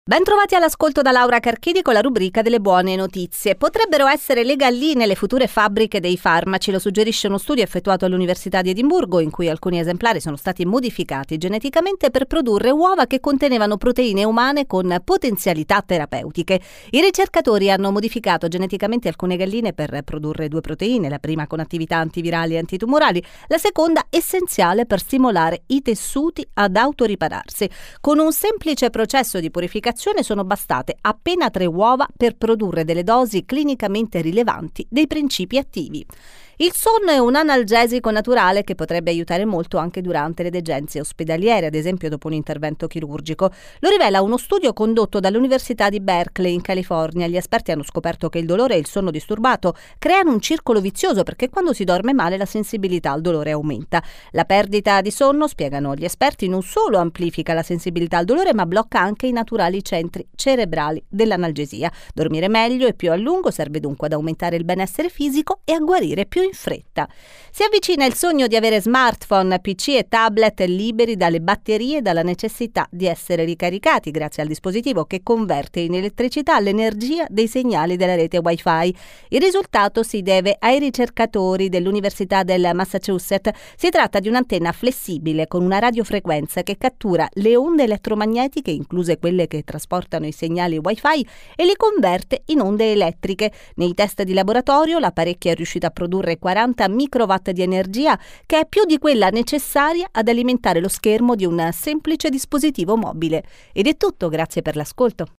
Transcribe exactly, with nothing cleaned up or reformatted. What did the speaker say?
Bentrovati all'ascolto da Laura Carchidi con la rubrica delle buone notizie. Potrebbero essere le galline le future fabbriche dei farmaci, lo suggerisce uno studio effettuato all'Università di Edimburgo in cui alcuni esemplari sono stati modificati geneticamente per produrre uova che contenevano proteine umane con potenzialità terapeutiche. I ricercatori hanno modificato geneticamente alcune galline per produrre due proteine, la prima con attività antivirali e antitumorali, la seconda essenziale per stimolare i tessuti ad autoripararsi. Con un semplice processo di purificazione sono bastate appena tre uova per produrre delle dosi clinicamente rilevanti dei principi attivi. Il sonno è un analgesico naturale che potrebbe aiutare molto anche durante le degenze ospedaliere, ad esempio dopo un intervento chirurgico. Lo rivela uno studio condotto dall'Università di Berkeley in California. Gli esperti hanno scoperto che il dolore e il sonno disturbato creano un circolo vizioso perché quando si dorme male la sensibilità al dolore aumenta. La perdita di sonno, spiegano gli esperti, non solo amplifica la sensibilità al dolore ma blocca anche i naturali centri cerebrali dell'analgesia. Dormire meglio e più a lungo serve dunque ad aumentare il benessere fisico e a guarire più in fretta. Si avvicina il sogno di avere smartphone, P C e tablet liberi dalle batterie e dalla necessità di essere ricaricati grazie al dispositivo che converte in elettricità l'energia dei segnali della rete Wi-Fi. Il risultato si deve ai ricercatori dell'Università del Massachusetts. Si tratta di un'antenna flessibile con una radiofrequenza che cattura le onde elettromagnetiche, incluse quelle che trasportano i segnali Wi-Fi, e li converte in onde elettriche. Nei test di laboratorio l'apparecchio è riuscito a produrre quaranta microwatt di energia, che è più di quella necessaria ad alimentare lo schermo di un semplice dispositivo mobile. Ed è tutto, grazie per l'ascolto.